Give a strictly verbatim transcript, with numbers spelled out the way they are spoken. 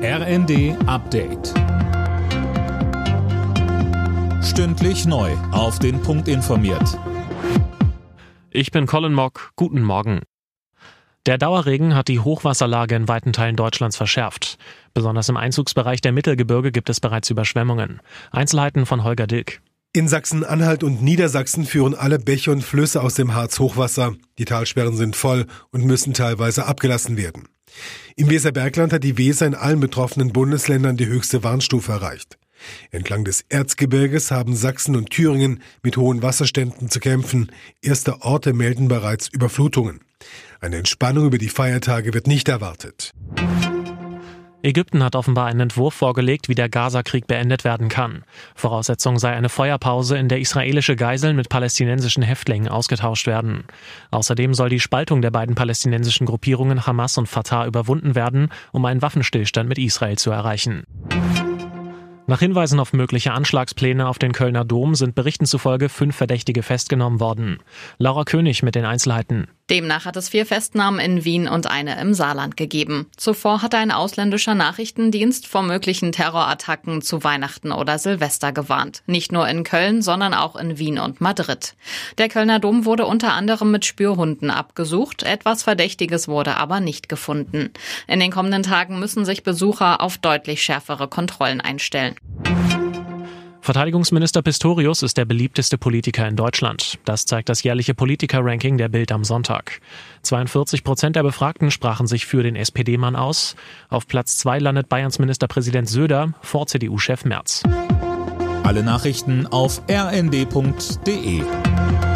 R N D Update. Stündlich neu auf den Punkt informiert. Ich bin Colin Mock. Guten Morgen. Der Dauerregen hat die Hochwasserlage in weiten Teilen Deutschlands verschärft. Besonders im Einzugsbereich der Mittelgebirge gibt es bereits Überschwemmungen. Einzelheiten von Holger Dilk. In Sachsen-Anhalt und Niedersachsen führen alle Bäche und Flüsse aus dem Harz Hochwasser. Die Talsperren sind voll und müssen teilweise abgelassen werden. Im Weserbergland hat die Weser in allen betroffenen Bundesländern die höchste Warnstufe erreicht. Entlang des Erzgebirges haben Sachsen und Thüringen mit hohen Wasserständen zu kämpfen. Erste Orte melden bereits Überflutungen. Eine Entspannung über die Feiertage wird nicht erwartet. Ägypten hat offenbar einen Entwurf vorgelegt, wie der Gaza-Krieg beendet werden kann. Voraussetzung sei eine Feuerpause, in der israelische Geiseln mit palästinensischen Häftlingen ausgetauscht werden. Außerdem soll die Spaltung der beiden palästinensischen Gruppierungen Hamas und Fatah überwunden werden, um einen Waffenstillstand mit Israel zu erreichen. Nach Hinweisen auf mögliche Anschlagspläne auf den Kölner Dom sind Berichten zufolge fünf Verdächtige festgenommen worden. Laura König mit den Einzelheiten. Demnach hat es vier Festnahmen in Wien und eine im Saarland gegeben. Zuvor hatte ein ausländischer Nachrichtendienst vor möglichen Terrorattacken zu Weihnachten oder Silvester gewarnt. Nicht nur in Köln, sondern auch in Wien und Madrid. Der Kölner Dom wurde unter anderem mit Spürhunden abgesucht. Etwas Verdächtiges wurde aber nicht gefunden. In den kommenden Tagen müssen sich Besucher auf deutlich schärfere Kontrollen einstellen. Verteidigungsminister Pistorius ist der beliebteste Politiker in Deutschland. Das zeigt das jährliche Politiker-Ranking der Bild am Sonntag. zweiundvierzig Prozent der Befragten sprachen sich für den S P D-Mann aus. Auf Platz zwei landet Bayerns Ministerpräsident Söder vor C D U-Chef Merz. Alle Nachrichten auf r n d punkt d e.